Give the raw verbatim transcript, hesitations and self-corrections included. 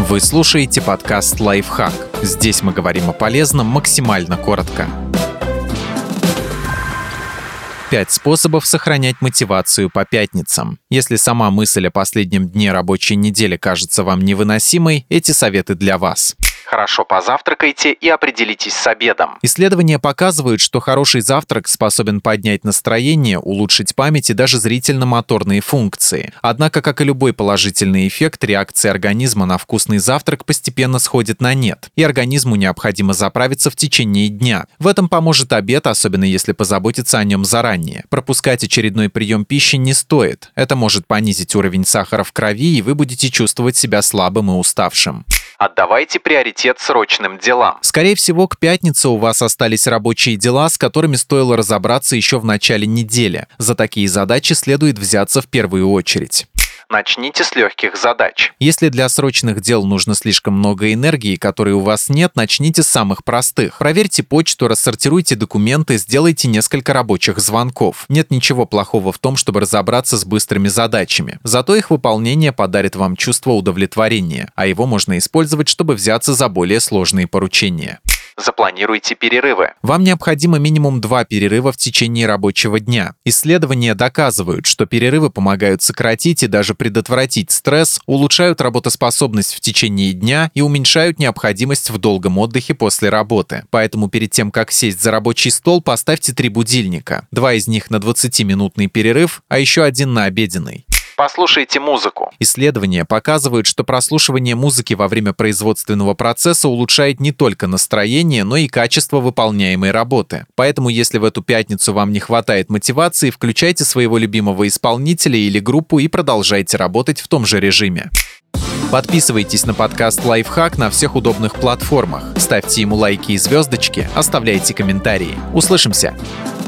Вы слушаете подкаст «Лайфхак». Здесь мы говорим о полезном максимально коротко. Пять способов сохранять мотивацию по пятницам. Если сама мысль о последнем дне рабочей недели кажется вам невыносимой, эти советы для вас. Хорошо позавтракайте и определитесь с обедом. Исследования показывают, что хороший завтрак способен поднять настроение, улучшить память и даже зрительно-моторные функции. Однако, как и любой положительный эффект, реакция организма на вкусный завтрак постепенно сходит на нет, и организму необходимо заправиться в течение дня. В этом поможет обед, особенно если позаботиться о нем заранее. Пропускать очередной прием пищи не стоит. Это может понизить уровень сахара в крови, и вы будете чувствовать себя слабым и уставшим. Отдавайте приоритет срочным делам. Скорее всего, к пятнице у вас остались рабочие дела, с которыми стоило разобраться еще в начале недели. За такие задачи следует взяться в первую очередь. Начните с легких задач. Если для срочных дел нужно слишком много энергии, которой у вас нет, начните с самых простых. Проверьте почту, рассортируйте документы, сделайте несколько рабочих звонков. Нет ничего плохого в том, чтобы разобраться с быстрыми задачами. Зато их выполнение подарит вам чувство удовлетворения, а его можно использовать, чтобы взяться за более сложные поручения. Запланируйте перерывы. Вам необходимо минимум два перерыва в течение рабочего дня. Исследования доказывают, что перерывы помогают сократить и даже предотвратить стресс, улучшают работоспособность в течение дня и уменьшают необходимость в долгом отдыхе после работы. Поэтому перед тем, как сесть за рабочий стол, поставьте три будильника. Два из них на двадцатиминутный перерыв, а еще один на обеденный. Послушайте музыку. Исследования показывают, что прослушивание музыки во время производственного процесса улучшает не только настроение, но и качество выполняемой работы. Поэтому, если в эту пятницу вам не хватает мотивации, включайте своего любимого исполнителя или группу и продолжайте работать в том же режиме. Подписывайтесь на подкаст «Лайфхак» на всех удобных платформах. Ставьте ему лайки и звездочки, оставляйте комментарии. Услышимся!